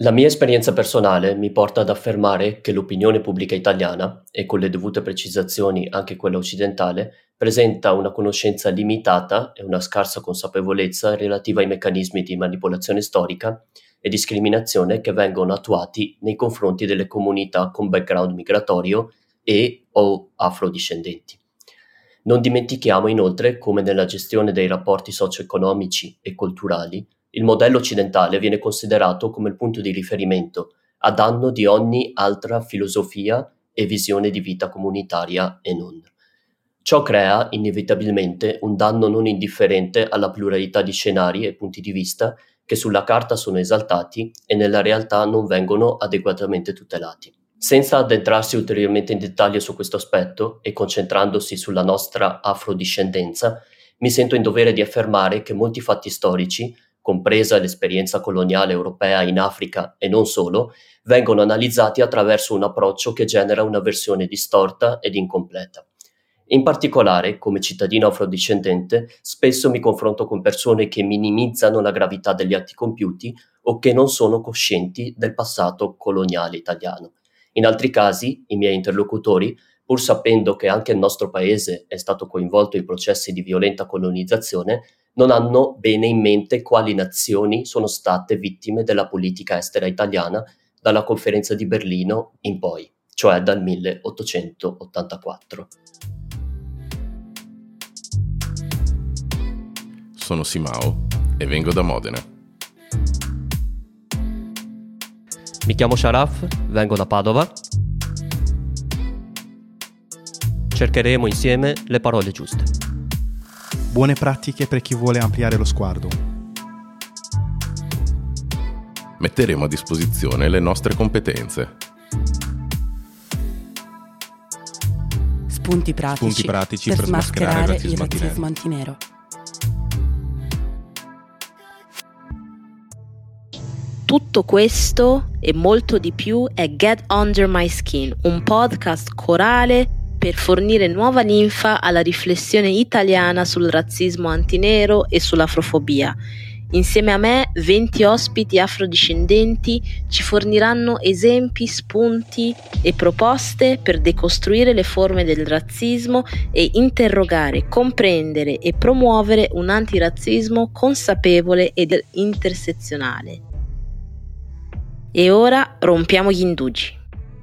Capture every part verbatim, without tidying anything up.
La mia esperienza personale mi porta ad affermare che l'opinione pubblica italiana, e con le dovute precisazioni anche quella occidentale, presenta una conoscenza limitata e una scarsa consapevolezza relativa ai meccanismi di manipolazione storica e discriminazione che vengono attuati nei confronti delle comunità con background migratorio e o afrodiscendenti. Non dimentichiamo inoltre come nella gestione dei rapporti socio-economici e culturali il modello occidentale viene considerato come il punto di riferimento a danno di ogni altra filosofia e visione di vita comunitaria e non. Ciò crea inevitabilmente un danno non indifferente alla pluralità di scenari e punti di vista che sulla carta sono esaltati e nella realtà non vengono adeguatamente tutelati. Senza addentrarsi ulteriormente in dettaglio su questo aspetto e concentrandosi sulla nostra afrodiscendenza, mi sento in dovere di affermare che molti fatti storici, compresa l'esperienza coloniale europea in Africa e non solo, vengono analizzati attraverso un approccio che genera una versione distorta ed incompleta. In particolare, come cittadino afrodiscendente, spesso mi confronto con persone che minimizzano la gravità degli atti compiuti o che non sono coscienti del passato coloniale italiano. In altri casi, i miei interlocutori, pur sapendo che anche il nostro paese è stato coinvolto in processi di violenta colonizzazione, non hanno bene in mente quali nazioni sono state vittime della politica estera italiana dalla Conferenza di Berlino in poi, cioè dal milleottocentottantaquattro. Sono Simao e vengo da Modena. Mi chiamo Sharaf, vengo da Padova. Cercheremo insieme le parole giuste. Buone pratiche per chi vuole ampliare lo sguardo. Metteremo a disposizione le nostre competenze. Spunti pratici, Spunti pratici per, per smascherare il smascherare il razzismo razzismo antinero. Tutto questo e molto di più è Get Under My Skin, un podcast corale per fornire nuova linfa alla riflessione italiana sul razzismo antinero e sull'afrofobia. Insieme a me, venti ospiti afrodiscendenti ci forniranno esempi, spunti e proposte per decostruire le forme del razzismo e interrogare, comprendere e promuovere un antirazzismo consapevole ed intersezionale. E ora rompiamo gli indugi.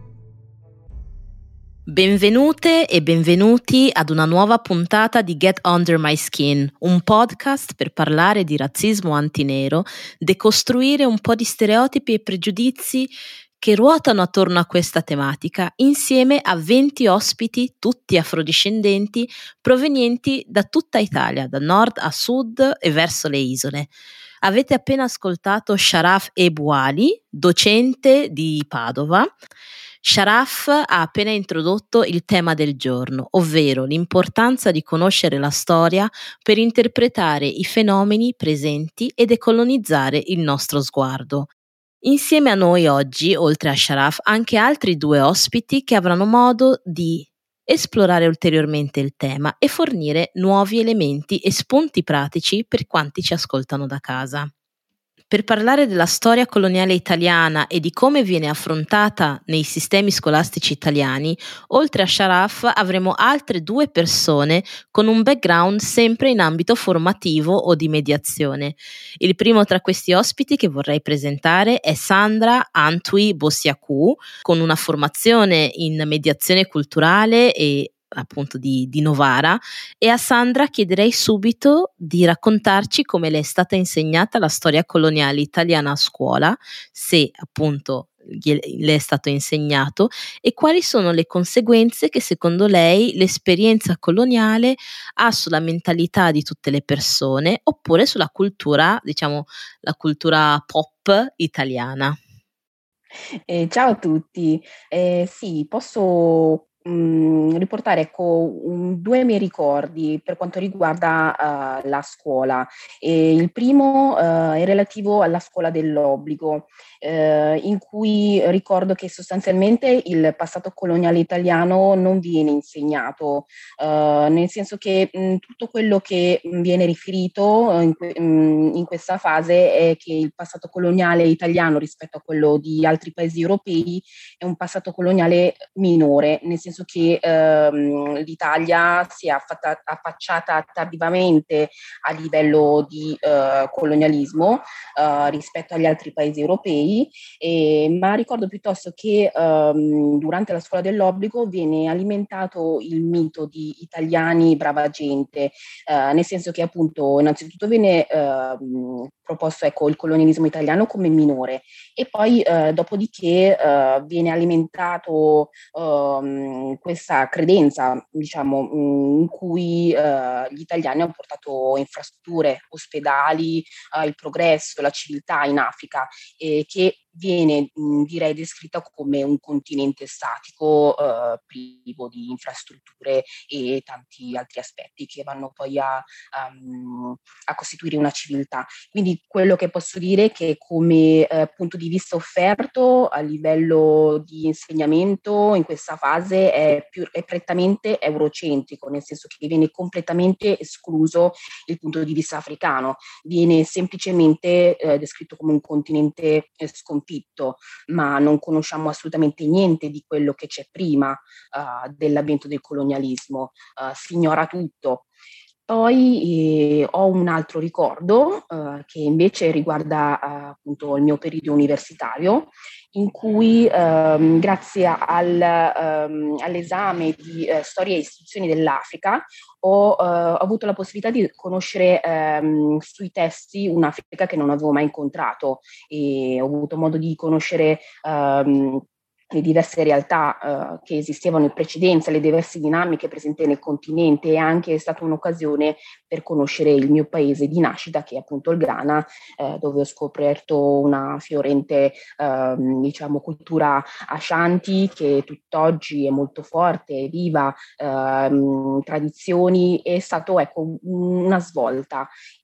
Benvenute e benvenuti ad una nuova puntata di Get Under My Skin, un podcast per parlare di razzismo antinero, decostruire un po' di stereotipi e pregiudizi che ruotano attorno a questa tematica, insieme a venti ospiti, tutti afrodiscendenti, provenienti da tutta Italia, da nord a sud e verso le isole. Avete appena ascoltato Sharaf Ebouali, docente di Padova. Sharaf ha appena introdotto il tema del giorno, ovvero l'importanza di conoscere la storia per interpretare i fenomeni presenti e decolonizzare il nostro sguardo. Insieme a noi oggi, oltre a Sharaf, anche altri due ospiti che avranno modo di esplorare ulteriormente il tema e fornire nuovi elementi e spunti pratici per quanti ci ascoltano da casa. Per parlare della storia coloniale italiana e di come viene affrontata nei sistemi scolastici italiani, oltre a Sharaf avremo altre due persone con un background sempre in ambito formativo o di mediazione. Il primo tra questi ospiti che vorrei presentare è Sandra Antwi Bossiaku, con una formazione in mediazione culturale e appunto di, di Novara, e a Sandra chiederei subito di raccontarci come le è stata insegnata la storia coloniale italiana a scuola, se appunto le è stato insegnato, e quali sono le conseguenze che secondo lei l'esperienza coloniale ha sulla mentalità di tutte le persone oppure sulla cultura, diciamo la cultura pop italiana. Eh, ciao a tutti, eh, sì, posso mh, riportare ecco, un, due miei ricordi per quanto riguarda uh, la scuola. E il primo uh, è relativo alla scuola dell'obbligo, uh, in cui ricordo che sostanzialmente il passato coloniale italiano non viene insegnato, uh, nel senso che mh, tutto quello che viene riferito in, que- mh, in questa fase è che il passato coloniale italiano rispetto a quello di altri paesi europei è un passato coloniale minore, nel senso che ehm, l'Italia si è affatta, affacciata tardivamente a livello di eh, colonialismo eh, rispetto agli altri paesi europei, e, ma ricordo piuttosto che ehm, durante la scuola dell'obbligo viene alimentato il mito di italiani brava gente, eh, nel senso che appunto innanzitutto viene ehm, proposto ecco, il colonialismo italiano come minore, e poi eh, dopodiché eh, viene alimentato um, questa credenza, diciamo, mh, in cui uh, gli italiani hanno portato infrastrutture, ospedali, uh, il progresso, la civiltà in Africa, e che viene mh, direi descritta come un continente statico, uh, privo di infrastrutture e tanti altri aspetti che vanno poi a, um, a costituire una civiltà. Quindi quello che posso dire è che come eh, punto di vista offerto a livello di insegnamento in questa fase è, più, è prettamente eurocentrico, nel senso che viene completamente escluso il punto di vista africano, viene semplicemente eh, descritto come un continente eh, sconfitto, ma non conosciamo assolutamente niente di quello che c'è prima uh, dell'avvento del colonialismo, uh, si ignora tutto. Poi eh, ho un altro ricordo eh, che invece riguarda eh, appunto il mio periodo universitario, in cui ehm, grazie al, ehm, all'esame di eh, storia e istituzioni dell'Africa ho, eh, ho avuto la possibilità di conoscere ehm, sui testi un'Africa che non avevo mai incontrato, e ho avuto modo di conoscere ehm, le diverse realtà uh, che esistevano in precedenza, le diverse dinamiche presenti nel continente, e anche è stata un'occasione per conoscere il mio paese di nascita, che è appunto il Ghana, eh, dove ho scoperto una fiorente eh, diciamo, cultura Ashanti che tutt'oggi è molto forte, è viva, eh, tradizioni, è stato ecco, una svolta,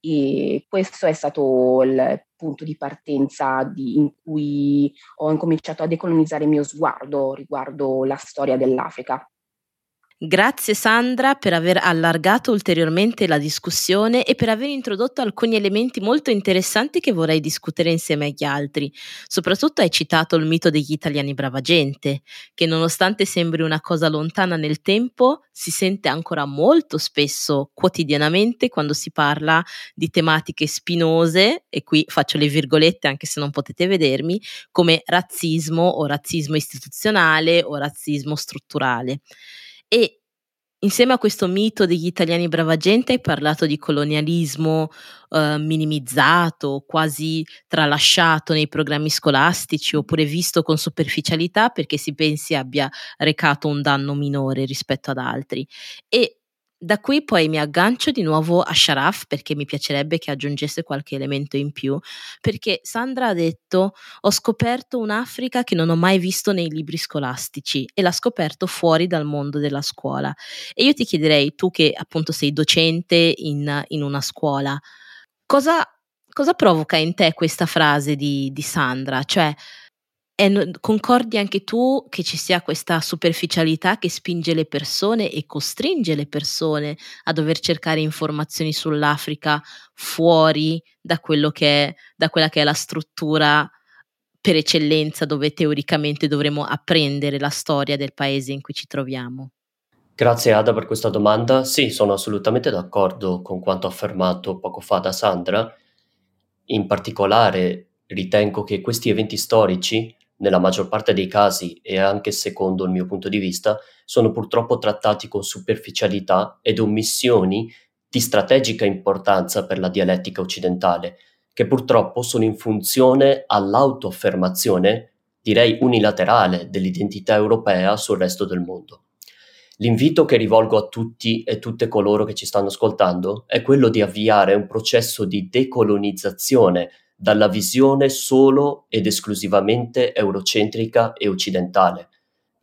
e questo è stato il punto di partenza di, in cui ho incominciato a decolonizzare il mio sguardo riguardo la storia dell'Africa. Grazie Sandra per aver allargato ulteriormente la discussione e per aver introdotto alcuni elementi molto interessanti che vorrei discutere insieme agli altri. Soprattutto hai citato il mito degli italiani brava gente, che nonostante sembri una cosa lontana nel tempo, si sente ancora molto spesso quotidianamente quando si parla di tematiche spinose, e qui faccio le virgolette anche se non potete vedermi, come razzismo o razzismo istituzionale o razzismo strutturale. E insieme a questo mito degli italiani brava gente hai parlato di colonialismo eh, minimizzato, quasi tralasciato nei programmi scolastici, oppure visto con superficialità perché si pensi abbia recato un danno minore rispetto ad altri. E da qui poi mi aggancio di nuovo a Sharaf, perché mi piacerebbe che aggiungesse qualche elemento in più, perché Sandra ha detto: ho scoperto un'Africa che non ho mai visto nei libri scolastici, e l'ha scoperto fuori dal mondo della scuola. E io ti chiederei, tu che appunto sei docente in, in una scuola, cosa, cosa provoca in te questa frase di, di Sandra? Cioè, è no- concordi anche tu che ci sia questa superficialità che spinge le persone e costringe le persone a dover cercare informazioni sull'Africa fuori da quello che è, da quella che è la struttura per eccellenza, dove teoricamente dovremmo apprendere la storia del paese in cui ci troviamo? Grazie Ada per questa domanda. Sì, sono assolutamente d'accordo con quanto affermato poco fa da Sandra. In particolare ritengo che questi eventi storici, nella maggior parte dei casi e anche secondo il mio punto di vista, sono purtroppo trattati con superficialità ed omissioni di strategica importanza per la dialettica occidentale, che purtroppo sono in funzione all'autoaffermazione, direi unilaterale, dell'identità europea sul resto del mondo. L'invito che rivolgo a tutti e tutte coloro che ci stanno ascoltando è quello di avviare un processo di decolonizzazione dalla visione solo ed esclusivamente eurocentrica e occidentale,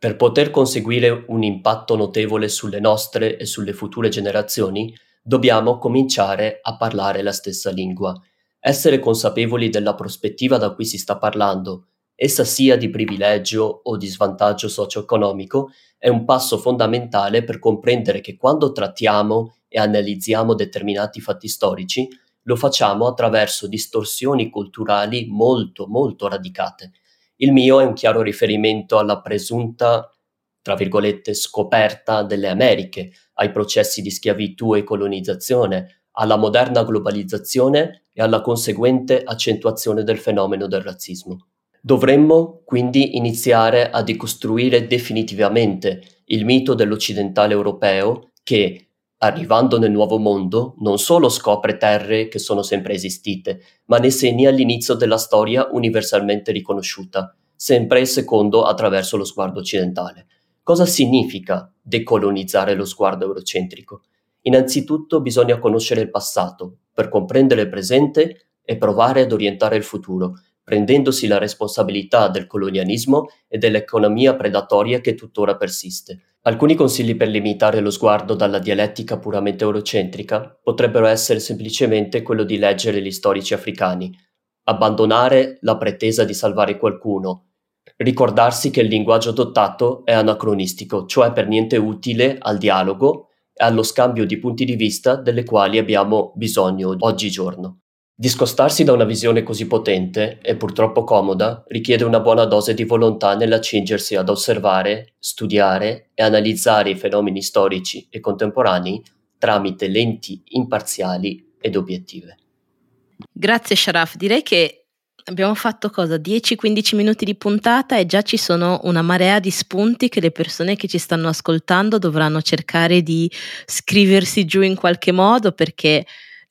Per poter conseguire un impatto notevole sulle nostre e sulle future generazioni, dobbiamo cominciare a parlare la stessa lingua, essere consapevoli della prospettiva da cui si sta parlando, essa sia di privilegio o di svantaggio socio-economico, è un passo fondamentale per comprendere che quando trattiamo e analizziamo determinati fatti storici, lo facciamo attraverso distorsioni culturali molto, molto radicate. Il mio è un chiaro riferimento alla presunta, tra virgolette, scoperta delle Americhe, ai processi di schiavitù e colonizzazione, alla moderna globalizzazione e alla conseguente accentuazione del fenomeno del razzismo. Dovremmo quindi iniziare a decostruire definitivamente il mito dell'occidentale europeo che, arrivando nel nuovo mondo, non solo scopre terre che sono sempre esistite, ma ne segna l'inizio della storia universalmente riconosciuta, sempre e secondo attraverso lo sguardo occidentale. Cosa significa decolonizzare lo sguardo eurocentrico? Innanzitutto bisogna conoscere il passato, per comprendere il presente e provare ad orientare il futuro, prendendosi la responsabilità del colonialismo e dell'economia predatoria che tuttora persiste. Alcuni consigli per limitare lo sguardo dalla dialettica puramente eurocentrica potrebbero essere semplicemente quello di leggere gli storici africani, abbandonare la pretesa di salvare qualcuno, ricordarsi che il linguaggio adottato è anacronistico, cioè per niente utile al dialogo e allo scambio di punti di vista delle quali abbiamo bisogno oggigiorno. Discostarsi da una visione così potente e purtroppo comoda richiede una buona dose di volontà nell'accingersi ad osservare, studiare e analizzare i fenomeni storici e contemporanei tramite lenti imparziali ed obiettive. Grazie Sharaf, direi che abbiamo fatto cosa? dieci quindici minuti di puntata e già ci sono una marea di spunti che le persone che ci stanno ascoltando dovranno cercare di scriversi giù in qualche modo, perché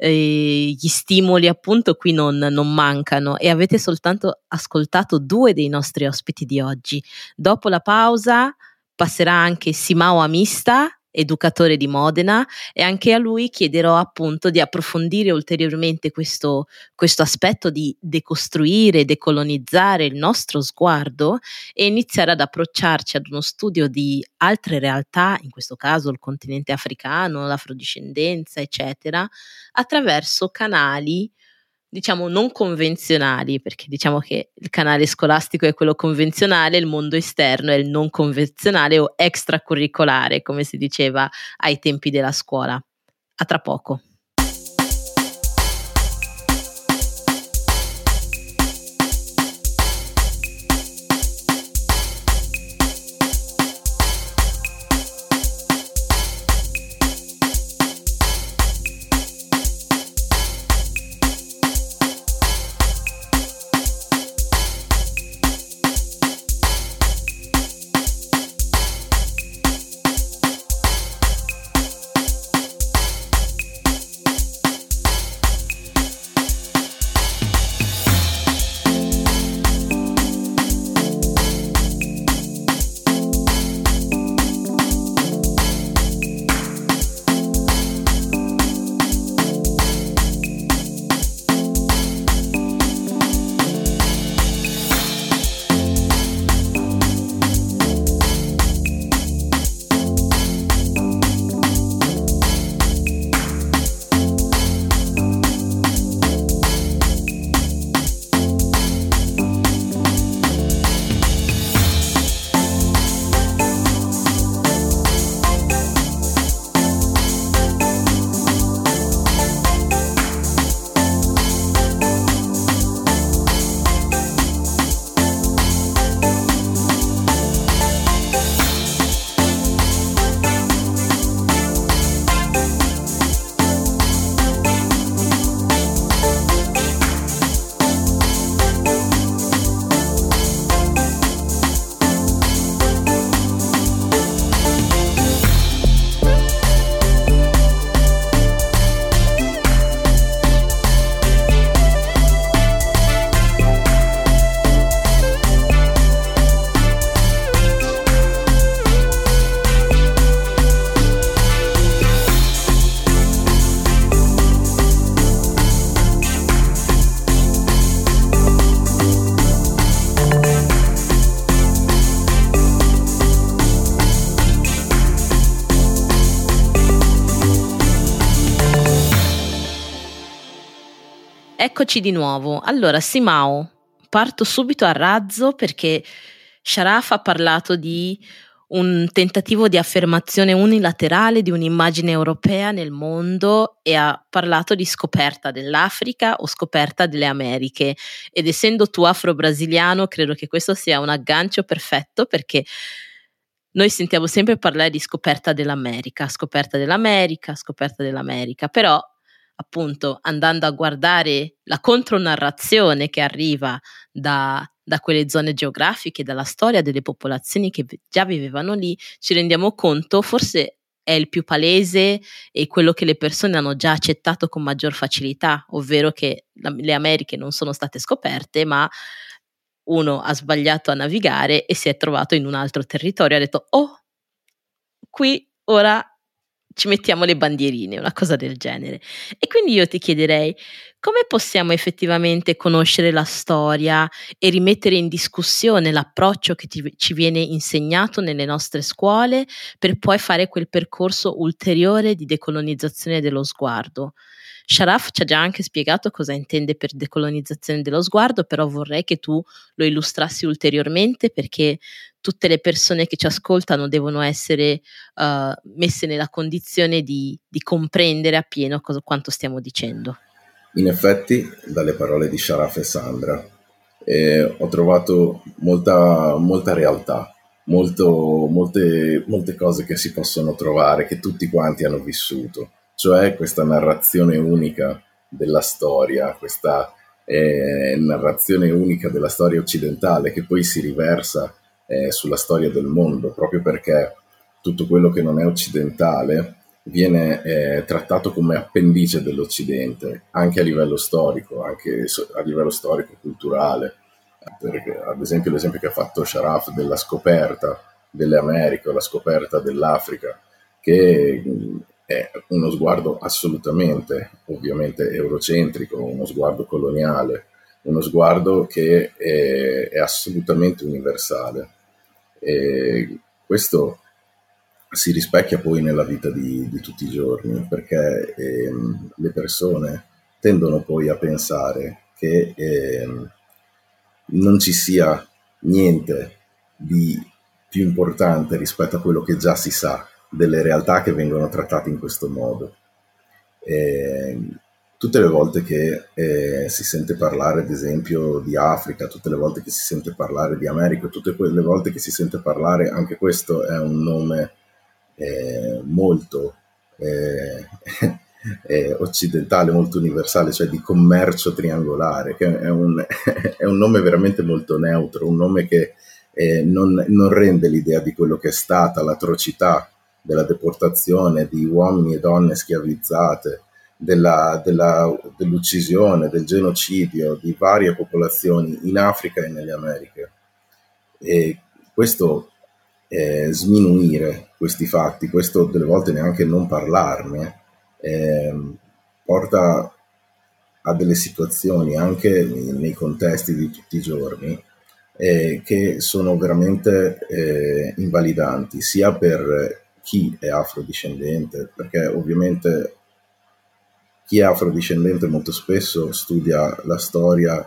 Eh, gli stimoli appunto qui non, non mancano, e avete soltanto ascoltato due dei nostri ospiti di oggi. Dopo la pausa passerà anche Simao Amista, educatore di Modena, e anche a lui chiederò appunto di approfondire ulteriormente questo, questo aspetto di decostruire, decolonizzare il nostro sguardo e iniziare ad approcciarci ad uno studio di altre realtà, in questo caso il continente africano, l'afrodiscendenza, eccetera, attraverso canali diciamo non convenzionali, perché diciamo che il canale scolastico è quello convenzionale, il mondo esterno è il non convenzionale o extracurricolare, come si diceva ai tempi della scuola. A tra poco. Eccoci di nuovo. Allora, Simao, parto subito a razzo perché Sharaf ha parlato di un tentativo di affermazione unilaterale di un'immagine europea nel mondo e ha parlato di scoperta dell'Africa o scoperta delle Americhe, ed essendo tu afro-brasiliano credo che questo sia un aggancio perfetto, perché noi sentiamo sempre parlare di scoperta dell'America, scoperta dell'America, scoperta dell'America, però appunto andando a guardare la contronarrazione che arriva da, da quelle zone geografiche, dalla storia delle popolazioni che già vivevano lì, ci rendiamo conto, forse è il più palese e quello che le persone hanno già accettato con maggior facilità, ovvero che la, le Americhe non sono state scoperte, ma uno ha sbagliato a navigare e si è trovato in un altro territorio, ha detto oh, qui ora ci mettiamo le bandierine, una cosa del genere. E quindi io ti chiederei, come possiamo effettivamente conoscere la storia e rimettere in discussione l'approccio che ti, ci viene insegnato nelle nostre scuole per poi fare quel percorso ulteriore di decolonizzazione dello sguardo? Sharaf ci ha già anche spiegato cosa intende per decolonizzazione dello sguardo, però vorrei che tu lo illustrassi ulteriormente, perché tutte le persone che ci ascoltano devono essere uh, messe nella condizione di, di comprendere appieno cosa, quanto stiamo dicendo. In effetti, dalle parole di Sharaf e Sandra, eh, ho trovato molta, molta realtà, molto, molte, molte cose che si possono trovare, che tutti quanti hanno vissuto, cioè questa narrazione unica della storia, questa eh, narrazione unica della storia occidentale che poi si riversa eh, sulla storia del mondo, proprio perché tutto quello che non è occidentale viene eh, trattato come appendice dell'Occidente, anche a livello storico, anche a livello storico-culturale. Perché, ad esempio, l'esempio che ha fatto Sharaf della scoperta delle Americhe o la scoperta dell'Africa, che è uno sguardo assolutamente, ovviamente, eurocentrico, uno sguardo coloniale, uno sguardo che è, è assolutamente universale. E questo si rispecchia poi nella vita di, di tutti i giorni, perché ehm, le persone tendono poi a pensare che ehm, non ci sia niente di più importante rispetto a quello che già si sa delle realtà che vengono trattate in questo modo. E tutte le volte che eh, si sente parlare, ad esempio, di Africa, tutte le volte che si sente parlare di America, tutte quelle volte che si sente parlare, anche questo è un nome eh, molto eh, eh, occidentale, molto universale, cioè di commercio triangolare, che è un, è un nome veramente molto neutro, un nome che eh, non, non rende l'idea di quello che è stata l'atrocità della deportazione di uomini e donne schiavizzate, della, della, dell'uccisione, del genocidio di varie popolazioni in Africa e nelle Americhe. E questo eh, sminuire questi fatti, questo delle volte neanche non parlarne, eh, porta a delle situazioni anche nei contesti di tutti i giorni eh, che sono veramente eh, invalidanti, sia per chi è afrodiscendente, perché ovviamente chi è afrodiscendente molto spesso studia la storia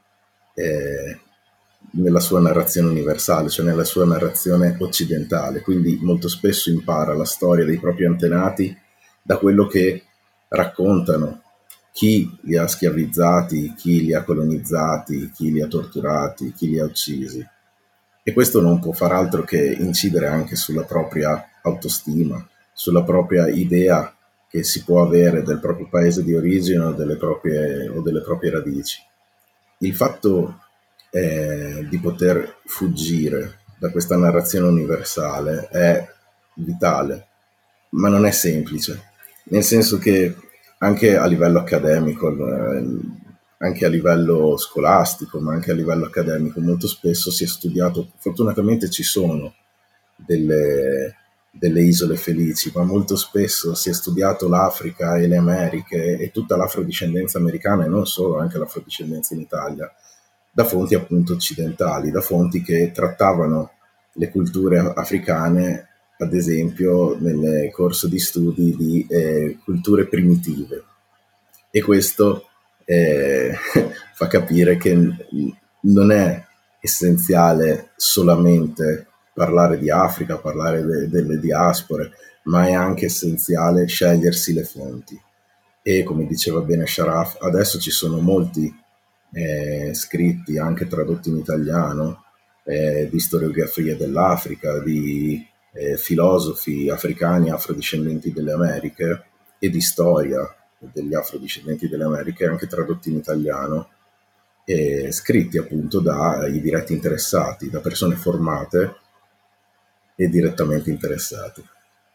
eh, nella sua narrazione universale, cioè nella sua narrazione occidentale, quindi molto spesso impara la storia dei propri antenati da quello che raccontano chi li ha schiavizzati, chi li ha colonizzati, chi li ha torturati, chi li ha uccisi. E questo non può far altro che incidere anche sulla propria autostima, sulla propria idea che si può avere del proprio paese di origine o delle proprie, o delle proprie radici. Il fatto eh, di poter fuggire da questa narrazione universale è vitale, ma non è semplice, nel senso che anche a livello accademico, eh, anche a livello scolastico, ma anche a livello accademico, molto spesso si è studiato, fortunatamente ci sono delle, delle isole felici, ma molto spesso si è studiato l'Africa e le Americhe e tutta l'afrodiscendenza americana, e non solo, anche l'afrodiscendenza in Italia, da fonti appunto occidentali, da fonti che trattavano le culture africane, ad esempio nel corso di studi di eh, culture primitive. E questo eh, fa capire che non è essenziale solamente parlare di Africa, parlare de- delle diaspore, ma è anche essenziale scegliersi le fonti. E come diceva bene Sharaf, adesso ci sono molti eh, scritti, anche tradotti in italiano, eh, di storiografia dell'Africa, di eh, filosofi africani afrodiscendenti delle Americhe e di storia degli afrodiscendenti delle Americhe, anche tradotti in italiano, e scritti appunto dai diretti interessati, da persone formate e direttamente interessate.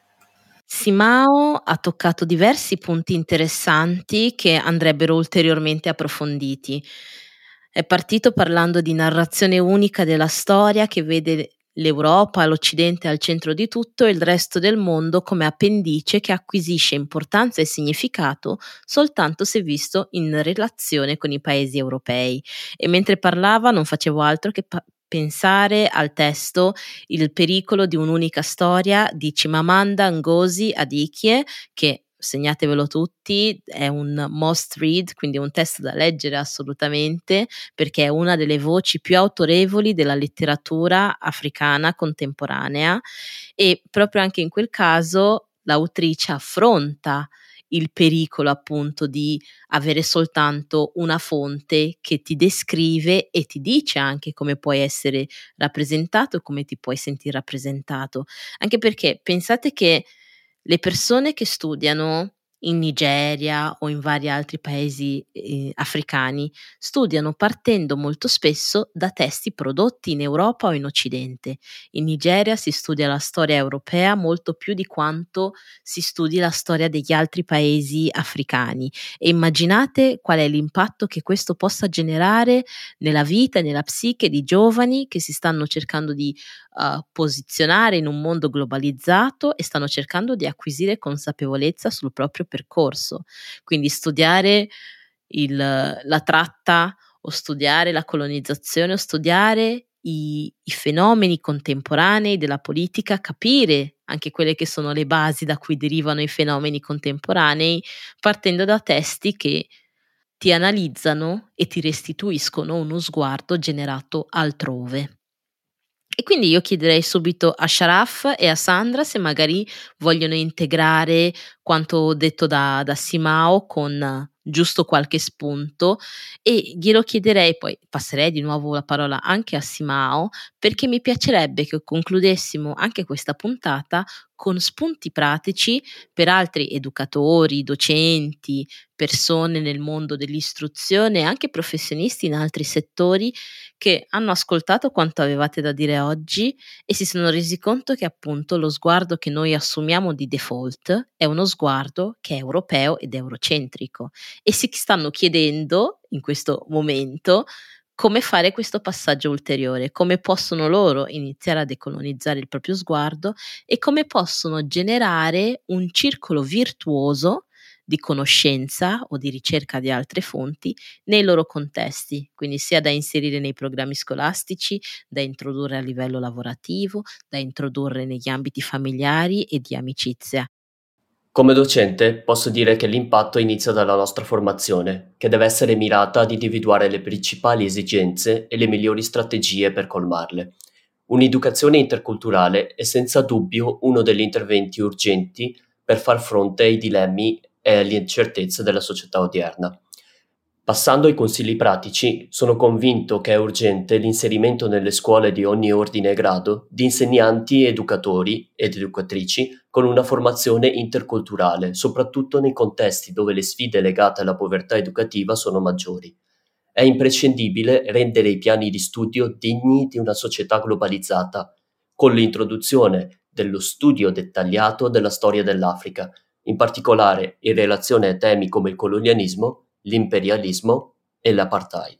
Simao ha toccato diversi punti interessanti che andrebbero ulteriormente approfonditi. È partito parlando di narrazione unica della storia che vede l'Europa, l'Occidente al centro di tutto e il resto del mondo come appendice che acquisisce importanza e significato soltanto se visto in relazione con i paesi europei. E mentre parlava non facevo altro che pa- pensare al testo Il pericolo di un'unica storia di Chimamanda Ngozi Adichie, che segnatevelo tutti, è un must read, quindi un testo da leggere assolutamente, perché è una delle voci più autorevoli della letteratura africana contemporanea e proprio anche in quel caso l'autrice affronta il pericolo appunto di avere soltanto una fonte che ti descrive e ti dice anche come puoi essere rappresentato, come ti puoi sentire rappresentato. Anche perché pensate che le persone che studiano in Nigeria o in vari altri paesi eh, africani studiano partendo molto spesso da testi prodotti in Europa o in Occidente. In Nigeria si studia la storia europea molto più di quanto si studi la storia degli altri paesi africani e immaginate qual è l'impatto che questo possa generare nella vita e nella psiche di giovani che si stanno cercando di uh, posizionare in un mondo globalizzato e stanno cercando di acquisire consapevolezza sul proprio percorso. Quindi studiare il, la tratta o studiare la colonizzazione o studiare i, i fenomeni contemporanei della politica, capire anche quelle che sono le basi da cui derivano i fenomeni contemporanei, partendo da testi che ti analizzano e ti restituiscono uno sguardo generato altrove. E quindi io chiederei subito a Sharaf e a Sandra se magari vogliono integrare quanto detto da, da Simao con giusto qualche spunto e glielo chiederei, poi passerei di nuovo la parola anche a Simao perché mi piacerebbe che concludessimo anche questa puntata con spunti pratici per altri educatori, docenti, persone nel mondo dell'istruzione e anche professionisti in altri settori che hanno ascoltato quanto avevate da dire oggi e si sono resi conto che appunto lo sguardo che noi assumiamo di default è uno sguardo che è europeo ed eurocentrico e si stanno chiedendo in questo momento come fare questo passaggio ulteriore, come possono loro iniziare a decolonizzare il proprio sguardo e come possono generare un circolo virtuoso di conoscenza o di ricerca di altre fonti nei loro contesti, quindi sia da inserire nei programmi scolastici, da introdurre a livello lavorativo, da introdurre negli ambiti familiari e di amicizia. Come docente posso dire che l'impatto inizia dalla nostra formazione, che deve essere mirata ad individuare le principali esigenze e le migliori strategie per colmarle. Un'educazione interculturale è senza dubbio uno degli interventi urgenti per far fronte ai dilemmi e alle incertezze della società odierna. Passando ai consigli pratici, sono convinto che è urgente l'inserimento nelle scuole di ogni ordine e grado di insegnanti, educatori ed educatrici con una formazione interculturale, soprattutto nei contesti dove le sfide legate alla povertà educativa sono maggiori. È imprescindibile rendere i piani di studio degni di una società globalizzata, con l'introduzione dello studio dettagliato della storia dell'Africa, in particolare in relazione a temi come il colonialismo, l'imperialismo e l'apartheid.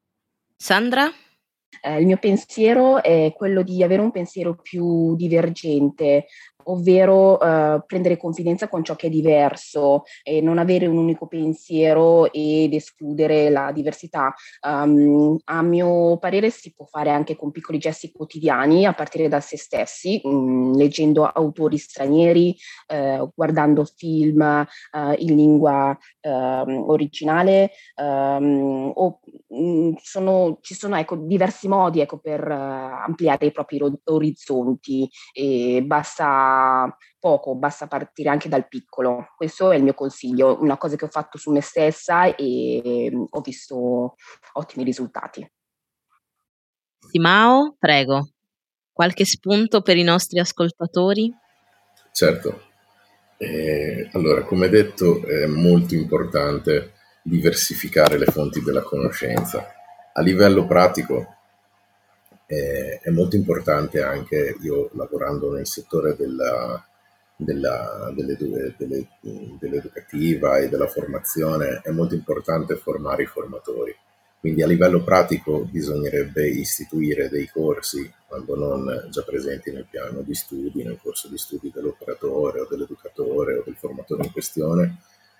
Sandra? Eh, il mio pensiero è quello di avere un pensiero più divergente, ovvero uh, prendere confidenza con ciò che è diverso e non avere un unico pensiero ed escludere la diversità. Um, a mio parere si può fare anche con piccoli gesti quotidiani, a partire da se stessi, mh, leggendo autori stranieri, uh, guardando film uh, in lingua uh, originale, um, o mh, sono, ci sono ecco, diversi modi ecco, per uh, ampliare i propri ro- orizzonti, e basta poco, basta partire anche dal piccolo. Questo è il mio consiglio, una cosa che ho fatto su me stessa e ho visto ottimi risultati. Simao, prego, qualche spunto per i nostri ascoltatori? Certo. Eh, allora, come detto, è molto importante diversificare le fonti della conoscenza. A livello pratico eh, è molto importante anche, io lavorando nel settore della, della, delle, delle, dell'educativa e della formazione, è molto importante formare i formatori. Quindi a livello pratico bisognerebbe istituire dei corsi, quando non già presenti nel piano di studi, nel corso di studi dell'operatore o dell'educatore o del formatore in questione,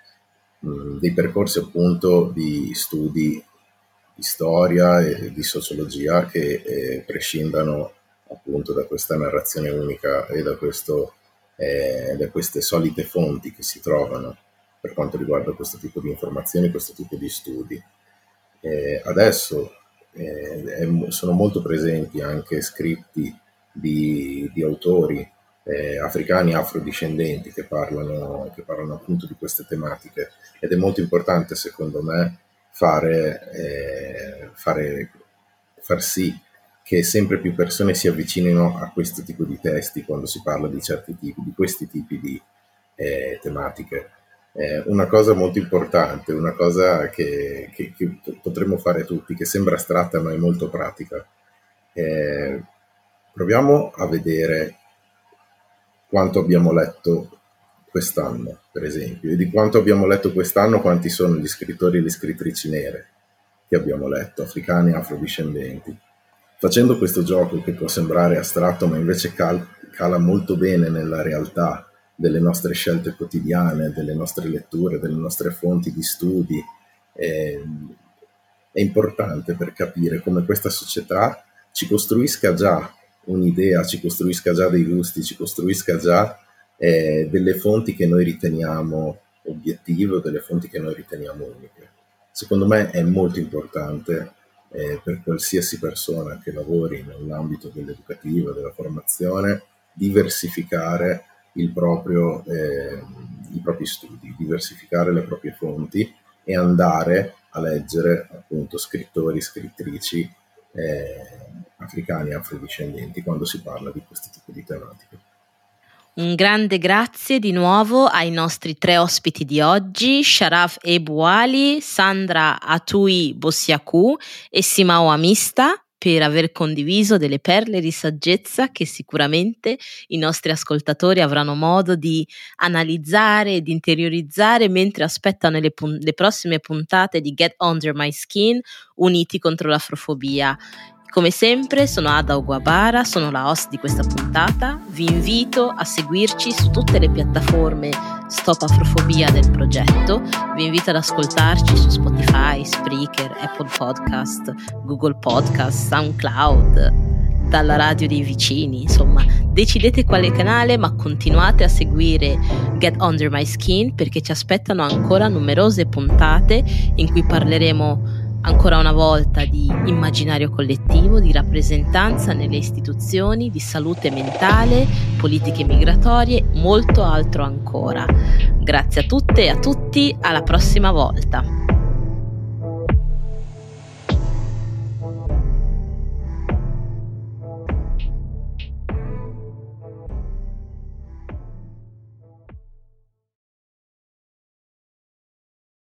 mh, dei percorsi appunto di studi di storia e di sociologia che eh, prescindano appunto da questa narrazione unica e da, questo, eh, da queste solite fonti che si trovano per quanto riguarda questo tipo di informazioni, questo tipo di studi. Eh, adesso eh, è, sono molto presenti anche scritti di, di autori eh, africani e afrodiscendenti che parlano, che parlano appunto di queste tematiche, ed è molto importante secondo me fare, eh, fare far sì che sempre più persone si avvicinino a questo tipo di testi quando si parla di certi tipi, di questi tipi di eh, tematiche. Eh, una cosa molto importante, una cosa che, che, che potremmo fare tutti, che sembra astratta ma è molto pratica. Eh, proviamo a vedere quanto abbiamo letto quest'anno, per esempio, e di quanto abbiamo letto quest'anno, quanti sono gli scrittori e le scrittrici nere che abbiamo letto, africani e afrodiscendenti. Facendo questo gioco che può sembrare astratto ma invece cal- cala molto bene nella realtà delle nostre scelte quotidiane, delle nostre letture, delle nostre fonti di studi, eh, è importante per capire come questa società ci costruisca già un'idea, ci costruisca già dei gusti, ci costruisca già eh, delle fonti che noi riteniamo obiettive o delle fonti che noi riteniamo uniche. Secondo me è molto importante eh, per qualsiasi persona che lavori nell'ambito dell'educativa, della formazione, diversificare il proprio, eh, i propri studi, diversificare le proprie fonti e andare a leggere appunto scrittori, scrittrici eh, africani e afrodiscendenti quando si parla di questo tipo di tematiche. Un grande grazie di nuovo ai nostri tre ospiti di oggi, Sharaf Ebouali, Sandra Atui Bossiaku e Simao Amista, per aver condiviso delle perle di saggezza che sicuramente i nostri ascoltatori avranno modo di analizzare e di interiorizzare mentre aspettano le, pun- le prossime puntate di Get Under My Skin, uniti contro l'afrofobia. Come sempre sono Ada Oguabara, sono la host di questa puntata. Vi invito a seguirci su tutte le piattaforme Stop Afrofobia del progetto. Vi invito ad ascoltarci su Spotify, Spreaker, Apple Podcast, Google Podcast, SoundCloud, dalla radio dei vicini. Insomma, decidete quale canale, ma continuate a seguire Get Under My Skin, perché ci aspettano ancora numerose puntate in cui parleremo ancora una volta di immaginario collettivo, di rappresentanza nelle istituzioni, di salute mentale, politiche migratorie, molto altro ancora. Grazie a tutte e a tutti, alla prossima volta.